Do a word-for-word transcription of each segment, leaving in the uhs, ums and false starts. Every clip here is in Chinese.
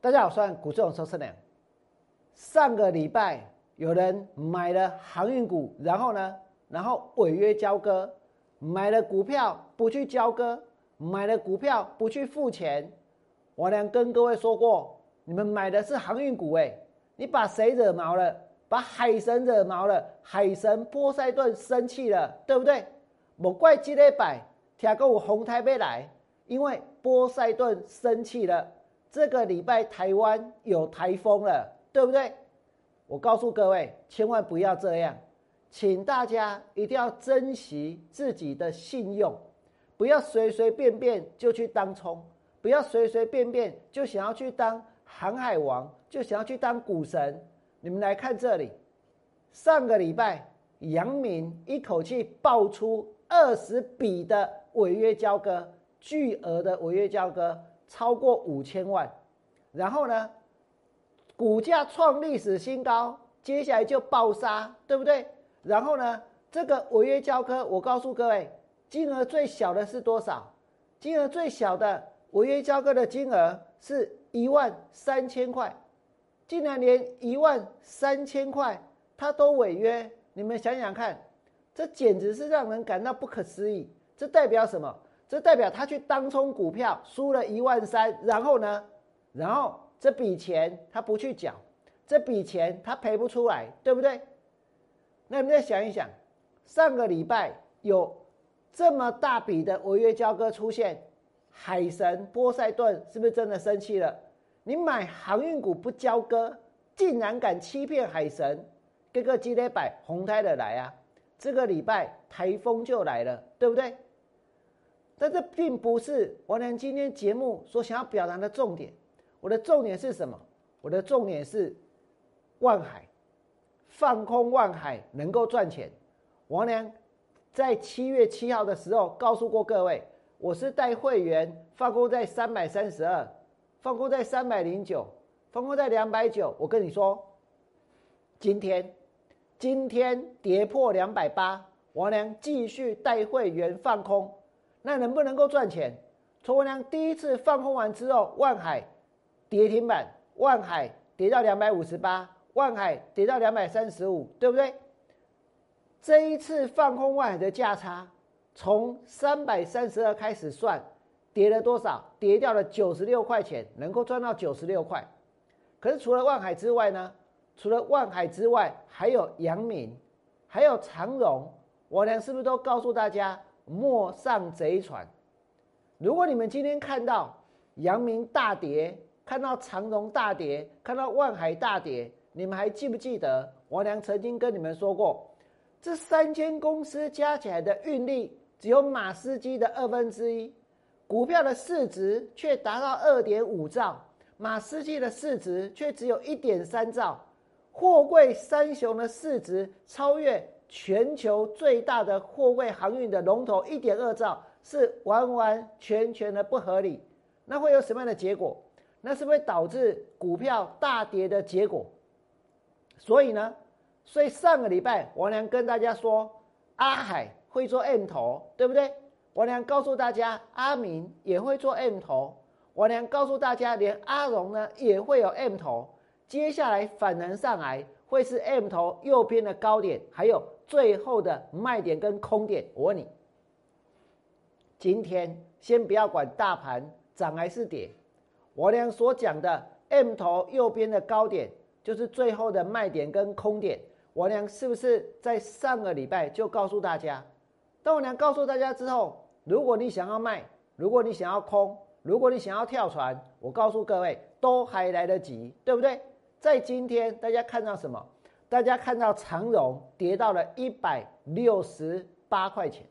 大家好，我是股市勇周胜良。上个礼拜有人买了航运股，然后呢，然后违约交割，买了股票不去交割，买了股票不去付钱。我俩跟各位说过，你们买的是航运股，哎，你把谁惹毛了？把海神惹毛了，海神波塞顿生气了，对不对？莫怪这礼拜听讲有红台要来，因为波塞顿生气了。这个礼拜台湾有台风了，对不对？我告诉各位，千万不要这样，请大家一定要珍惜自己的信用，不要随随便便就去当冲，不要随随便便就想要去当航海王，就想要去当股神。你们来看这里，上个礼拜阳明一口气爆出二十笔的违约交割，巨额的违约交割。超过五千万，然后呢，股价创历史新高，接下来就暴杀，对不对？然后呢，这个违约交割，我告诉各位，金额最小的是多少？金额最小的违约交割的金额是一万三千块，竟然连一万三千块它都违约，你们想想看，这简直是让人感到不可思议。这代表什么？这代表他去当冲股票输了一万三，然后呢，然后这笔钱他不去缴，这笔钱他赔不出来，对不对？那你们再想一想，上个礼拜有这么大笔的违约交割出现，海神波塞顿是不是真的生气了？你买航运股不交割，竟然敢欺骗海神，这个这礼拜红台的来啊，这个礼拜台风就来了，对不对？但这并不是王良今天节目所想要表达的重点。我的重点是什么？我的重点是万海放空，万海能够赚钱。王良在七月七号的时候告诉过各位，我是带会员放空在三百三十二，放空在三百零九，放空在两百九。我跟你说，今天今天跌破两百八，王良继续带会员放空。那能不能够赚钱？从我俩第一次放空完之后，万海跌停板，万海跌到两百五十八，万海跌到两百三十五，对不对？这一次放空万海的价差，从三百三十二开始算，跌了多少？跌掉了九十六块钱，能够赚到九十六块。可是除了万海之外呢？除了万海之外，还有阳明，还有长荣，我俩是不是都告诉大家？莫上贼船。如果你们今天看到阳明大跌，看到长荣大跌，看到万海大跌，你们还记不记得王良曾经跟你们说过，这三间公司加起来的运力只有马士基的二分之一，股票的市值却达到 二点五兆，马士基的市值却只有 一点三兆，货柜三雄的市值超越全球最大的货柜航运的龙头 一点二兆，是完完全全的不合理。那会有什么样的结果？那是不是导致股票大跌的结果？所以呢，所以上个礼拜王良跟大家说，阿海会做 M 头，对不对？王良告诉大家，阿明也会做 M 头。王良告诉大家，连阿荣呢也会有 M 头。接下来反弹上来会是 M 头右边的高点，还有最后的卖点跟空点。我问你，今天先不要管大盘涨还是跌，我俩所讲的 M 头右边的高点就是最后的卖点跟空点。我俩是不是在上个礼拜就告诉大家？当我俩告诉大家之后，如果你想要卖，如果你想要空，如果你想要跳船，我告诉各位都还来得及，对不对？在今天大家看到什么？大家看到长荣跌到了一百六十八块钱，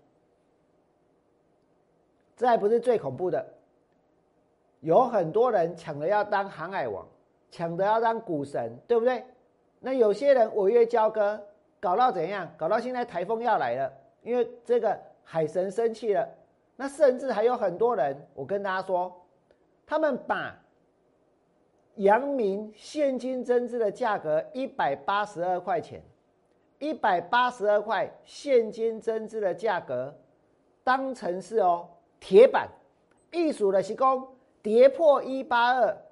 这还不是最恐怖的，有很多人抢着要当航海王，抢着要当股神，对不对？那有些人违约交割，搞到怎样？搞到现在台风要来了，因为这个海神生气了。那甚至还有很多人，我跟大家说，他们把阳明现金增资的价格一百八十二块钱，一百八十二块现金增资的价格当成是哦铁板，意思的是说跌破一百八十二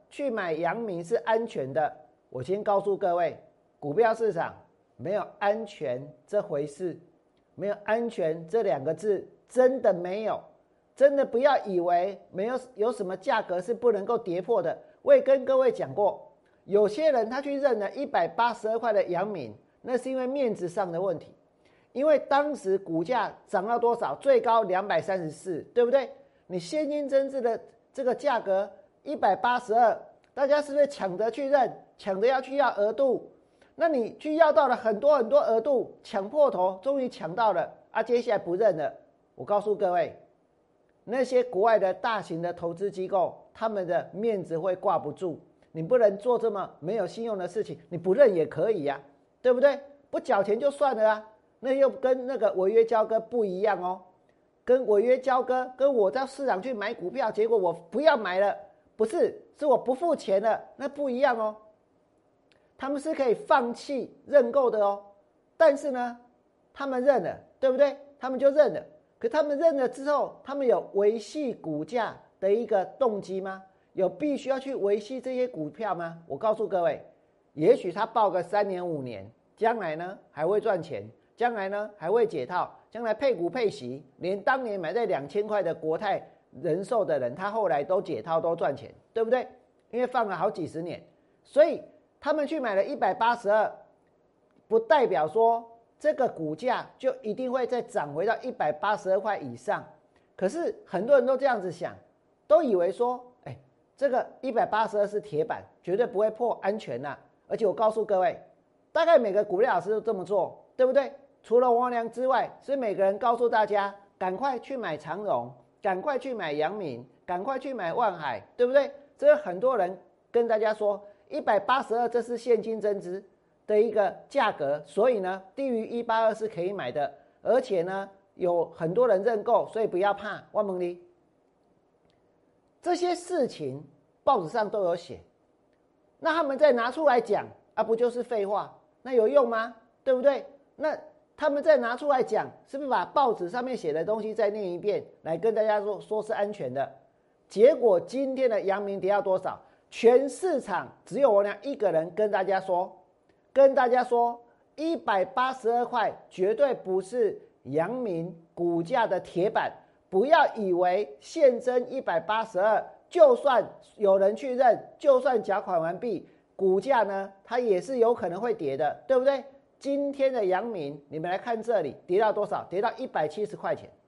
去买阳明是安全的，我先告诉各位，股票市场没有安全这回事，没有安全这两个字，真的没有。真的不要以为没有有什么价格是不能够跌破的。我也跟各位讲过，有些人他去认了一百八十二块的阳明，那是因为面子上的问题，因为当时股价涨到多少？最高两百三十四，对不对？你现金增资的这个价格一百八十二，大家是不是抢着去认，抢着要去要额度？那你去要到了很多很多额度，抢破头，终于抢到了啊！接下来不认了。我告诉各位，那些国外的大型的投资机构，他们的面子会挂不住。你不能做这么没有信用的事情，你不认也可以呀、啊，对不对？不缴钱就算了啊，那又跟那个违约交割不一样哦。跟违约交割，跟我到市场去买股票，结果我不要买了，不是，是我不付钱了，那不一样哦。他们是可以放弃认购的哦，但是呢，他们认了，对不对？他们就认了。可他们认了之后，他们有维系股价的一个动机吗？有必须要去维系这些股票吗？我告诉各位，也许他报个三年五年，将来呢还会赚钱，将来呢还会解套，将来配股配息，连当年买在两千块的国泰人寿的人，他后来都解套都赚钱，对不对？因为放了好几十年，所以他们去买了一百八十二，不代表说这个股价就一定会再涨回到一百八十二块以上。可是很多人都这样子想，都以为说，哎，这个一百八十二是铁板，绝对不会破，安全啦、啊。而且我告诉各位，大概每个股票老师都这么做，对不对？除了王良之外，是每个人告诉大家，赶快去买长荣，赶快去买阳明，赶快去买万海，对不对？这是很多人跟大家说，一百八十二这是现金增资的一个价格，所以呢，低于一百八十二是可以买的，而且呢，有很多人认购，所以不要怕。万蒙利，这些事情报纸上都有写，那他们再拿出来讲啊，不就是废话？那有用吗？对不对？那他们再拿出来讲，是不是把报纸上面写的东西再念一遍，来跟大家说说是安全的？结果今天的阳明跌到多少？全市场只有我俩一个人跟大家说，跟大家说，一百八十二块绝对不是阳明股价的铁板，不要以为现增一百八十二，就算有人去认，就算缴款完毕，股价呢，它也是有可能会跌的，对不对？今天的阳明，你们来看这里，跌到多少？跌到一百七十块钱。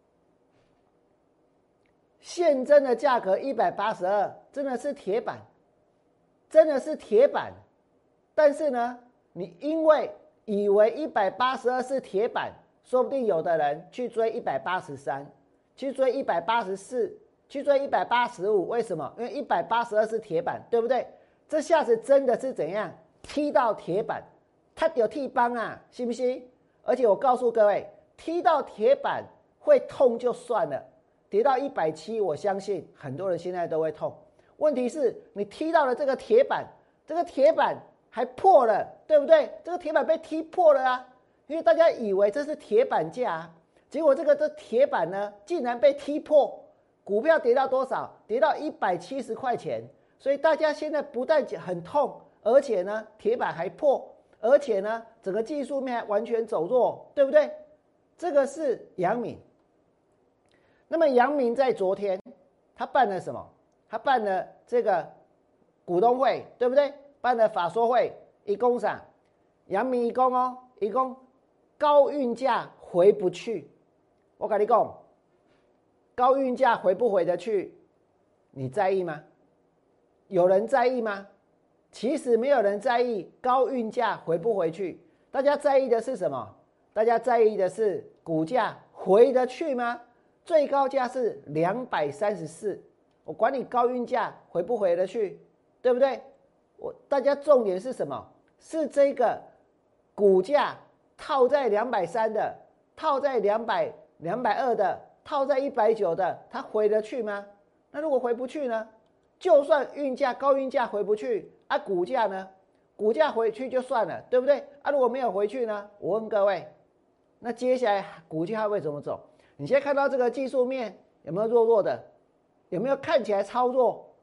现增的价格一百八十二，真的是铁板，真的是铁板。但是呢，你因为以为一百八十二是铁板，说不定有的人去追一百八十三，去追一百八十四，去追一百八十五，为什么？因为一百八十二是铁板，对不对？这下子真的是怎样踢到铁板，它有踢帮啊，信不信？而且我告诉各位，踢到铁板会痛就算了。跌到一百七十，我相信很多人现在都会痛。问题是你踢到了这个铁板，这个铁板还破了，对不对？这个铁板被踢破了啊！因为大家以为这是铁板价、啊，结果这个这铁板呢，竟然被踢破，股票跌到多少？跌到一百七十块钱。所以大家现在不但很痛，而且呢，铁板还破，而且呢，整个技术面还完全走弱，对不对？这个是阳明。那么阳明在昨天他办了什么？他办了这个股东会，对不对？办了法说会，一共啥？阳明一共哦，一共高运价回不去。我跟你讲，高运价回不回得去？你在意吗？有人在意吗？其实没有人在意高运价回不回去，大家在意的是什么？大家在意的是股价回得去吗？最高价是两百三十四，我管你高运价回不回得去，对不对？我大家重点是什么？是这个股价套在两百三的，套在两百、两百二的，套在一百九的，它回得去吗？那如果回不去呢？就算运价高运价回不去啊，股价呢？股价回去就算了，对不对？啊，如果没有回去呢？我问各位，那接下来股价会怎么走？你现在看到这个技术面有没有弱弱的？有没有看起来超弱？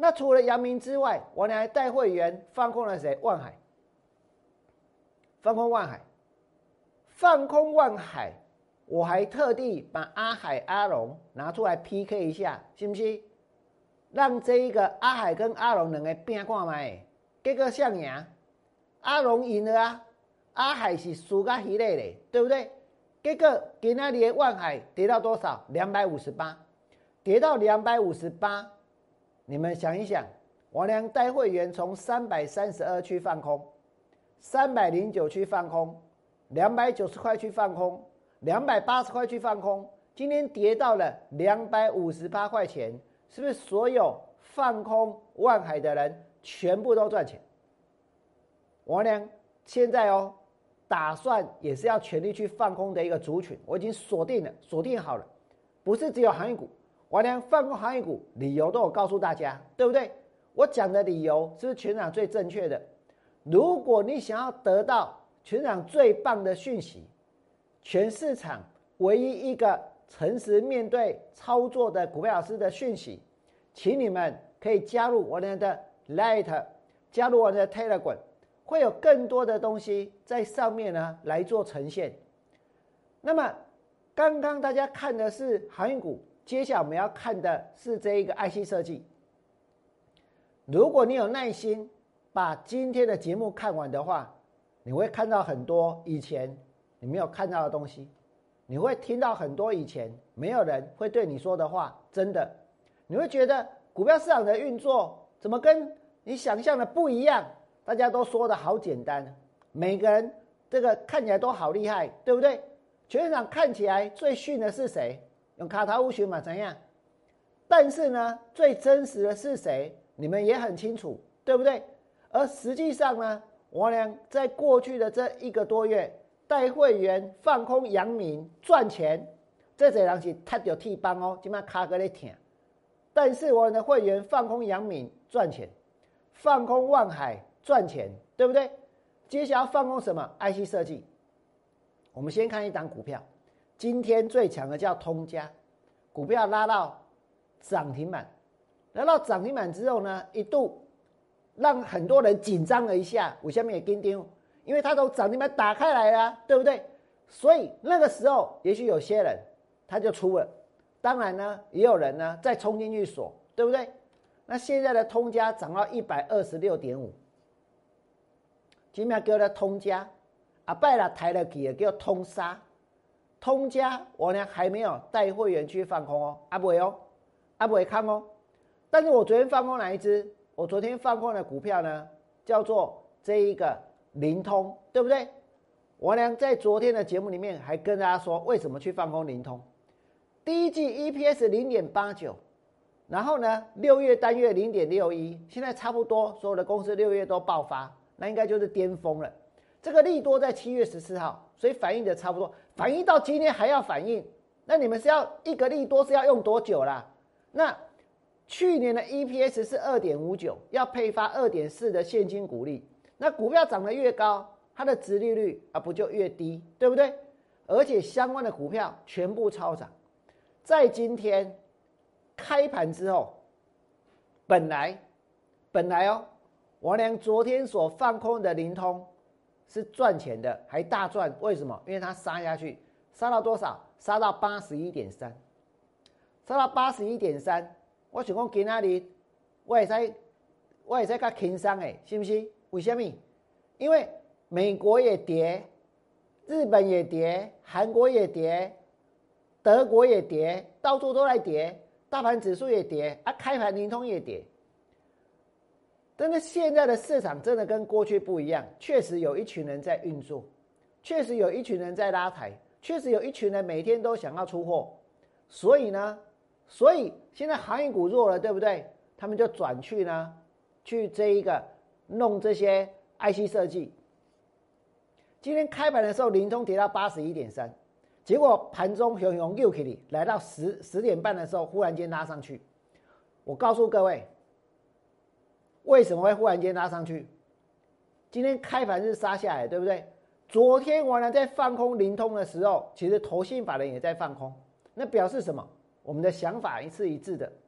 那除了阳明之外，我呢还带会员放空了谁？万海，放空万海，放空万海，我还特地把阿海、阿龙拿出来 P K 一下，信不信？让这一个阿海跟阿龙两个拼看卖，结果像赢，阿龙赢了啊，阿海是输甲稀累的，对不对？结果今天的万海跌到多少？两百五十八，跌到两百五十八。你们想一想，王良带会员从三百三十二去放空，三百零九去放空，两百九十块去放空，两百八十块去放空，今天跌到了两百五十八块钱，是不是所有放空万海的人全部都赚钱？王良现在哦，打算也是要全力去放空的一个族群，我已经锁定了，锁定好了，不是只有航运股。王良放空航运股，理由都有告诉大家，对不对？我讲的理由是不是全场最正确的？如果你想要得到全场最棒的讯息，全市场唯一一个诚实面对操作的股票老师的讯息，请你们可以加入我们的 Light， 加入我们的 Telegram， 会有更多的东西在上面呢来做呈现。那么刚刚大家看的是航运股，接下来我们要看的是这一个 I C 设计。如果你有耐心把今天的节目看完的话，你会看到很多以前你没有看到的东西，你会听到很多以前没有人会对你说的话。真的，你会觉得股票市场的运作怎么跟你想象的不一样？大家都说的好简单，每个人这个看起来都好厉害，对不对？全场看起来最逊的是谁？用卡塔乌学嘛怎样？但是呢，最真实的是谁？你们也很清楚，对不对？而实际上呢，王良在过去的这一个多月带会员放空阳明赚钱，这些人是踢到铁板哦，现在卡在那痛。但是我们的会员放空阳明赚钱，放空万海赚钱，对不对？接下来放空什么 ？I C 设计。我们先看一档股票，今天最强的叫通家，股票拉到涨停板，拉到涨停板之后呢，一度让很多人紧张了一下。我下面也跟丢，因为它从涨停板打开来了，对不对？所以那个时候，也许有些人他就出了，当然呢，也有人呢再冲进去锁，对不对？那现在的通家涨到一百二十六点五，今天叫它通家。啊，拜了抬了起叫通杀，通家我呢还没有带会员去放空哦，啊不会哦，啊不会看哦。但是我昨天放空哪一只？我昨天放空的股票呢，叫做这一个灵通，对不对？我呢在昨天的节目里面还跟大家说，为什么去放空灵通？第一季 E P S 零点八九，然后呢六月单月零点六一，现在差不多所有的公司六月都爆发，那应该就是巅峰了。这个利多在七月十四号，所以反应的差不多，反应到今天还要反应，那你们是要一个利多是要用多久啦？那去年的 E P S 是 二点五九， 要配发 二点四 的现金股利，那股票涨得越高，它的殖利率啊不就越低，对不对？而且相关的股票全部超涨，在今天开盘之后，本来本来哦，王良昨天所放空的灵通是赚钱的，还大赚。为什么？因为它杀下去，杀到多少？杀到 八十一点三， 杀到 八十一点三。 我想说今天日我也可以我也可以较轻松的，是不是？为什么？因为美国也跌，日本也跌，韩国也跌，德国也跌，到处都在跌，大盘指数也跌，啊，开盘灵通也跌。但是现在的市场真的跟过去不一样，确实有一群人在运作，确实有一群人在拉抬，确实有一群人每天都想要出货，所以呢，所以现在航运股弱了，对不对？他们就转去呢，去这一个弄这些 I C 设计。今天开盘的时候，灵通跌到 八十一点三， 结果盘中熊熊又起来，来到十十点半的时候，忽然间拉上去。我告诉各位，为什么会忽然间拉上去？今天开盘是杀下来，对不对？昨天我呢在放空灵通的时候，其实投信法人也在放空，那表示什么？我们的想法是一致的。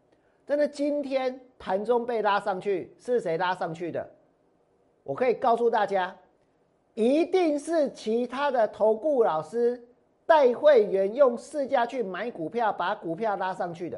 真的今天盘中被拉上去，是谁拉上去的？我可以告诉大家，一定是其他的投顾老师带会员用市价去买股票，把股票拉上去的，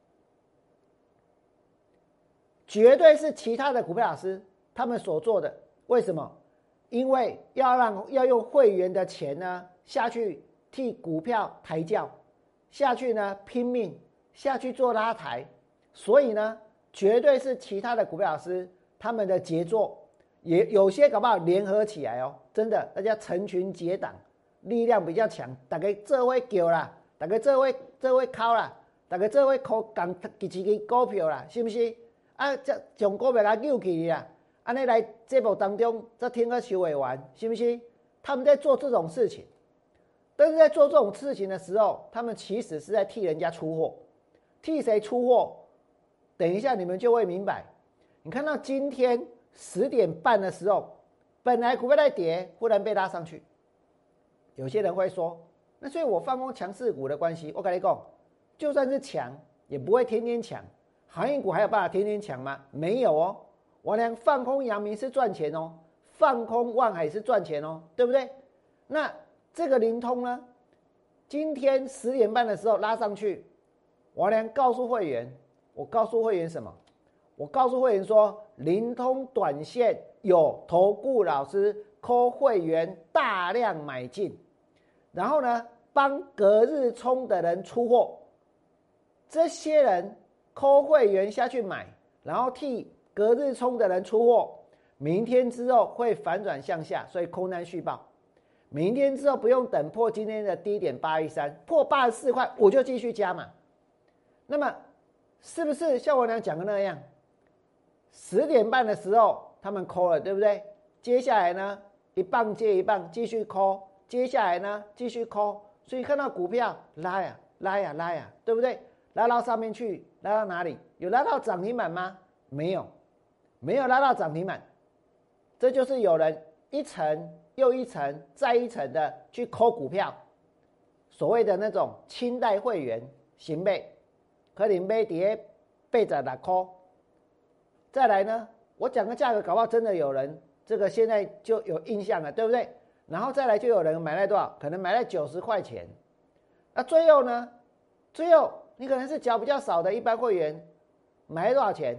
绝对是其他的股票老师他们所做的。为什么？因为要让要用会员的钱呢下去替股票抬轿，下去呢拼命下去做拉抬，所以呢绝对是其他的股票老师他们的杰作，也有些搞不好联合起来哦，真的大家成群结党，力量比较强，大家这位叫啦，大家这位这位靠啦，大家这位靠讲一支股票啦，是不是？啊，这将股票来扭起啦，安尼来节目当中再听个收尾完，是不是？他们在做这种事情，但是在做这种事情的时候，他们其实是在替人家出货，替谁出货？等一下你们就会明白。你看到今天十点半的时候，本来股票在跌，忽然被拉上去。有些人会说，那所以我放空强势股的关系，我跟你讲，就算是强，也不会天天强。航运股还有办法天天强吗？没有哦。我俩放空阳明是赚钱哦，放空万海是赚钱哦，对不对？那这个灵通呢？今天十点半的时候拉上去，我俩告诉会员，我告诉会员什么？我告诉会员说，灵通短线有投顾老师扣会员大量买进，然后呢，帮隔日冲的人出货，这些人扣会员下去买，然后替隔日冲的人出货，明天之后会反转向下，所以空单续报。明天之后不用等破今天的低点八一三，破八十四块我就继续加嘛。那么是不是像我俩讲的那样？十点半的时候他们扣了，对不对？接下来呢，一棒接一棒继续扣，接下来呢继续扣，所以看到股票拉呀拉呀拉呀，对不对？拉到上面去，拉到哪里？有拉到涨停板吗？没有，没有拉到涨停板。这就是有人一层又一层再一层的去扣股票，所谓的那种清代会员行备，可能买跌背着来扣。再来呢，我讲个价格，搞不好真的有人这个现在就有印象了，对不对？然后再来就有人买在多少？可能买在九十块钱。那最后呢？最后你可能是缴比较少的一般会员，买了多少钱？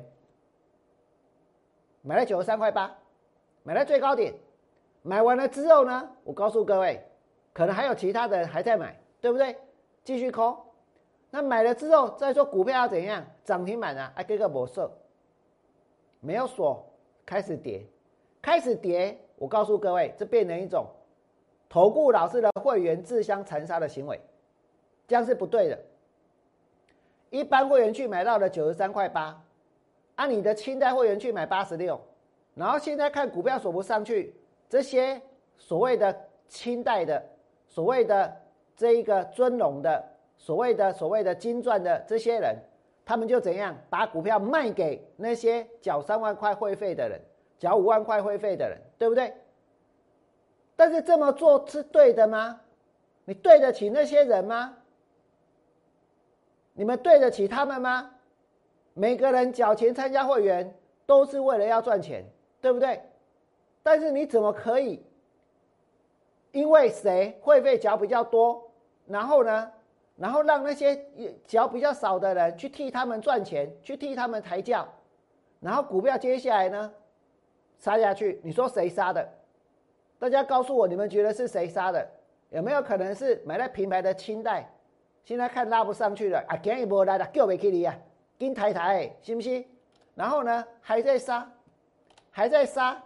买了九十三块八，买在最高点。买完了之后呢，我告诉各位，可能还有其他的人还在买，对不对？继续扣。那买了之后再说股票要怎样？涨停板啊，啊这个没设，没有锁，开始跌，开始跌。我告诉各位，这变成一种投顾老师的会员自相残杀的行为，这样是不对的。一般会员去买到了九十三块八，按你的清代会员去买八十六，然后现在看股票锁不上去，这些所谓的清代的、所谓的这一个尊荣的、所谓的所谓的金钻的这些人，他们就怎样把股票卖给那些缴三万块会费的人，缴五万块会费的人，对不对？但是这么做是对的吗？你对得起那些人吗？你们对得起他们吗？每个人缴钱参加会员都是为了要赚钱，对不对？但是你怎么可以因为谁会费缴比较多，然后呢，然后让那些缴比较少的人去替他们赚钱，去替他们抬轿，然后股票接下来呢杀下去，你说谁杀的？大家告诉我，你们觉得是谁杀的？有没有可能是买在平牌的清代，现在看拉不上去了啊，今日没来了，叫不起你啊，紧抬抬，是不是？然后呢，还在杀，还在杀，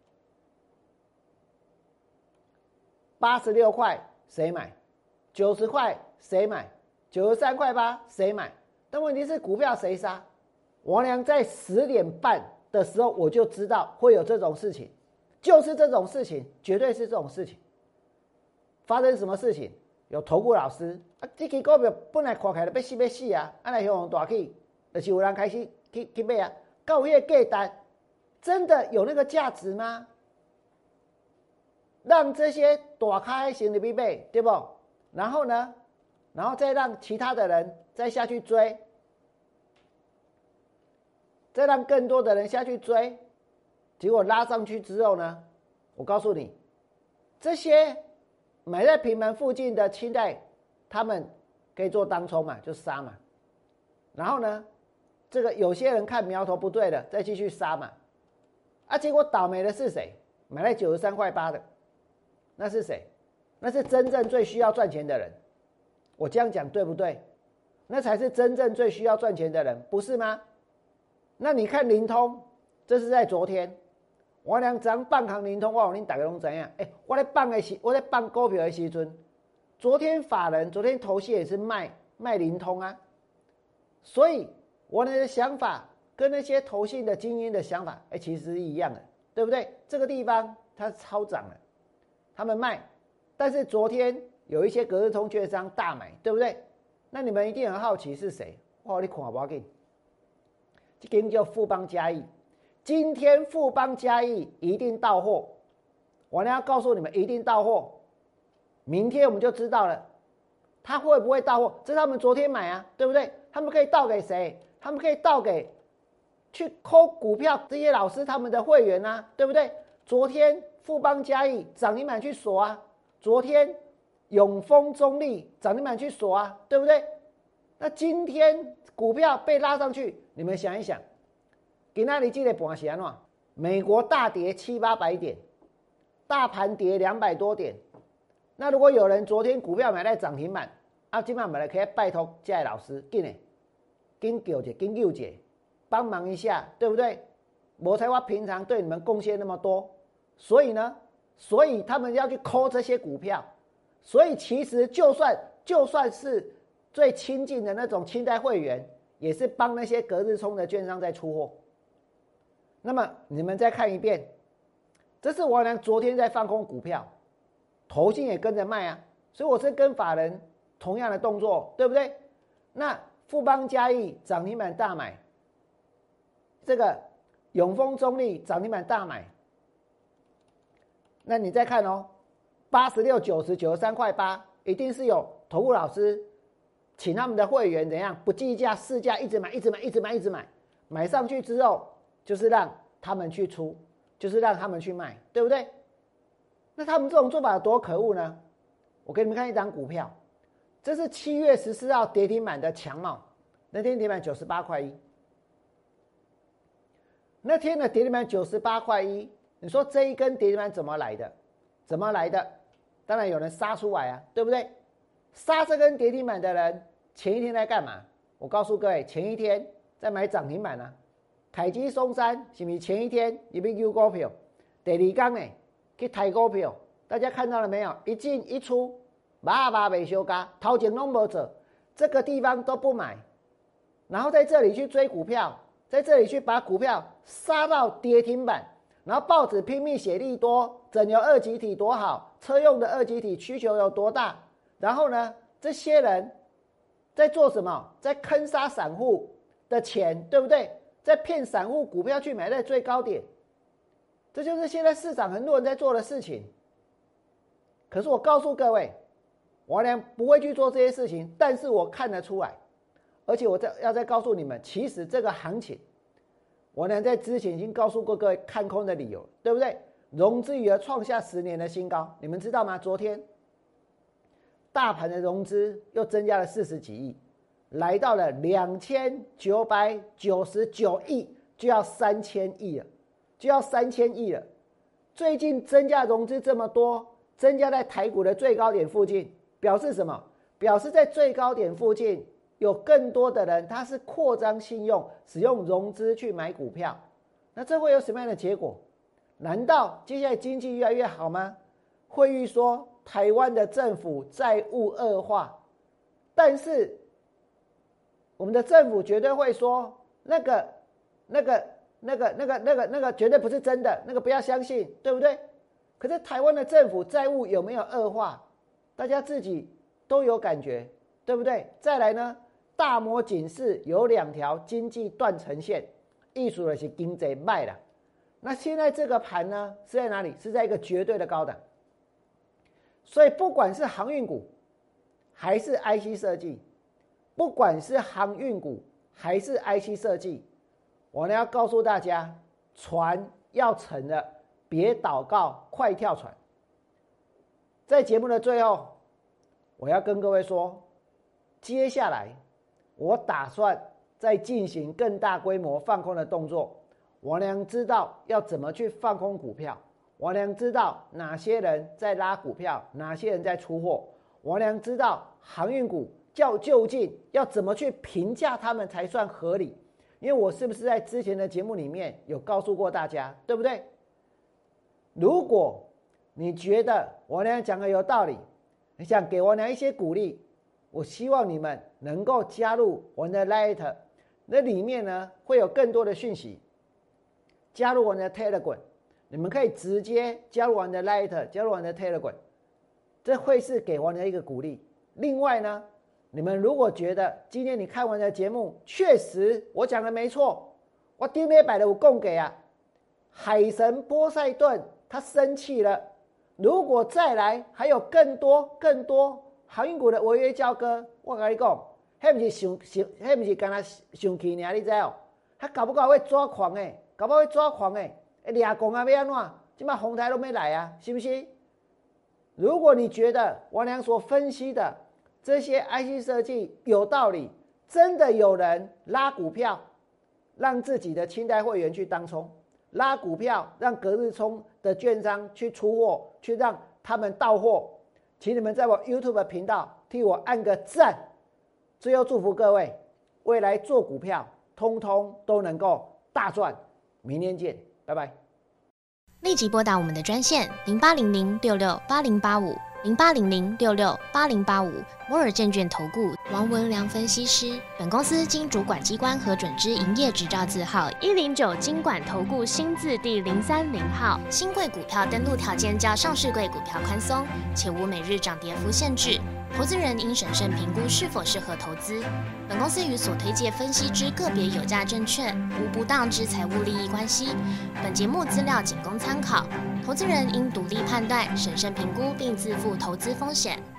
八十六块谁买？九十块谁买？九十三块八谁买？但问题是股票谁杀？王良在十点半的时候我就知道会有这种事情，就是这种事情，绝对是这种事情。发生什么事情？有投顾老师啊，这支股票本来看起来要死要死啊，啊来向大起，就是有人开始去去买啊，到月价单，真的有那个价值吗？让这些大开型的去买，对不？然后呢，然后再让其他的人再下去追， 再让更多的人下去追，结果拉上去之后呢，我告诉你，这些买在平盘附近的清代，他们可以做当冲嘛，就杀嘛。然后呢，这个有些人看苗头不对了，再继续杀嘛。啊，结果倒霉的是谁？买在九十三块八的，那是谁？那是真正最需要赚钱的人。我这样讲对不对？那才是真正最需要赚钱的人，不是吗？那你看灵通，这是在昨天，我俩涨放空灵通，我有恁大家拢知影。哎，我在放的时，我在放股票的时阵，昨天法人，昨天投信也是卖卖灵通啊。所以我的想法跟那些投信的精英的想法，哎，其实是一样的，对不对？这个地方它超涨了，他们卖，但是昨天有一些隔日冲券商大买，对不对？那你们一定很好奇是谁？哇，你看不要紧，这间叫富邦嘉义。今天富邦嘉义一定到货，我呢要告诉你们，一定到货。明天我们就知道了，他会不会到货？这是他们昨天买啊，对不对？他们可以倒给谁？他们可以倒给去抠股票这些老师他们的会员啊，对不对？昨天富邦嘉义涨停板去锁啊，昨天永丰中立涨停板去锁啊，对不对？那今天股票被拉上去，你们想一想，今天你记得盘是怎样？美国大跌七八百点，大盘跌两百多点。那如果有人昨天股票买在涨停板，啊，今晚买来可以拜托这位老师，紧的，紧救一紧救一，帮忙一下，对不对？我才我平常对你们贡献那么多，所以呢，所以他们要去抠这些股票。所以其实就算就算是最亲近的那种清代会员，也是帮那些隔日冲的券商在出货。那么你们再看一遍，这是我俩昨天在放空股票，投信也跟着卖啊，所以我是跟法人同样的动作，对不对？那富邦嘉义涨停板大买，这个永丰中立涨停板大买，那你再看哦。八十六、九十、九十三块八，一定是有投顾老师请他们的会员怎样不计价市价一直买、一直买、一直买、一直买，买上去之后就是让他们去出，就是让他们去卖，对不对？那他们这种做法有多可恶呢？我给你们看一张股票，这是七月十四号跌停板的强茂，那天跌停板九十八块一，那天的跌停板九十八块一，你说这一根跌停板怎么来的？怎么来的？当然有人杀出来啊，对不对？杀这根跌停板的人，前一天在干嘛？我告诉各位，前一天在买涨停板啊。凯基松山是不是前一天也被丢股票？第二天呢，去抬股票，大家看到了没有？一进一出，麻麻没休假，头前都没做，这个地方都不买，然后在这里去追股票，在这里去把股票杀到跌停板。然后报纸拼命写利多，整流二极体多好，车用的二极体需求有多大？然后呢，这些人在做什么？在坑杀散户的钱，对不对？在骗散户股票去买在最高点，这就是现在市场很多人在做的事情。可是我告诉各位，我俩不会去做这些事情，但是我看得出来，而且我再要再告诉你们，其实这个行情。我呢在之前已经告诉过各位看空的理由，对不对？融资余额创下十年的新高，你们知道吗？昨天大盘的融资又增加了四十几亿，来到了两千九百九十九亿，就要三千亿了，就要三千亿了。最近增加融资这么多，增加在台股的最高点附近，表示什么？表示在最高点附近。有更多的人，他是扩张信用，使用融资去买股票，那这会有什么样的结果？难道接下来经济越来越好吗？惠誉说台湾的政府债务恶化，但是我们的政府绝对会说那个、那个、那个、那个、那个、那个绝对不是真的，那个不要相信，对不对？可是台湾的政府债务有没有恶化？大家自己都有感觉，对不对？再来呢？大摩警示有两条经济断层线，意思的是经济坏了。那现在这个盘呢是在哪里？是在一个绝对的高档。所以不管是航运股还是 I C 设计，不管是航运股还是 I C 设计， 我呢要告诉大家，船要沉了，别祷告，快跳船。在节目的最后，我要跟各位说，接下来我打算再进行更大规模放空的动作。我娘知道要怎么去放空股票，我娘知道哪些人在拉股票，哪些人在出货，我娘知道航运股较究竟要怎么去评价他们才算合理。因为我是不是在之前的节目里面有告诉过大家，对不对？如果你觉得我娘讲的有道理，你想给我娘一些鼓励，我希望你们能够加入我的 Light， 那里面呢会有更多的讯息。加入我的 Telegram， 你们可以直接加入我的 Light， 加入我的 Telegram， 这会是给我娘一个鼓励。另外呢，你们如果觉得今天你看完的节目确实我讲的没错，我顶礼拜的有供给啊，海神波塞顿他生气了，如果再来还有更多更多航运股的违约交割，我跟你讲，那不是想想，那不是跟他生气呢，你知道？他搞不搞会抓狂诶，搞不好会抓狂诶，俩公啊要安怎？今嘛红台都没来啊，是不是？如果你觉得我俩所分析的这些 I C 设计有道理，真的有人拉股票让自己的清代会员去当冲，拉股票让隔日冲的券商去出货，去让他们到货，请你们在我 YouTube 频道替我按个赞。最后祝福各位未来做股票通通都能够大赚，明天见，拜拜。 立即拨打我们的专线零八零零六六八零八五零八零零六六八零八五摩尔证券投顾王文良分析师。本公司经主管机关核准之营业执照字号一零九金管投顾新字第零三零号。新贵股票登录条件较上市贵股票宽松，且无每日涨跌幅限制。投资人应审慎评估是否适合投资。本公司与所推介分析之个别有价证券无不当之财务利益关系。本节目资料仅供参考，投资人应独立判断、审慎评估并自负投资风险。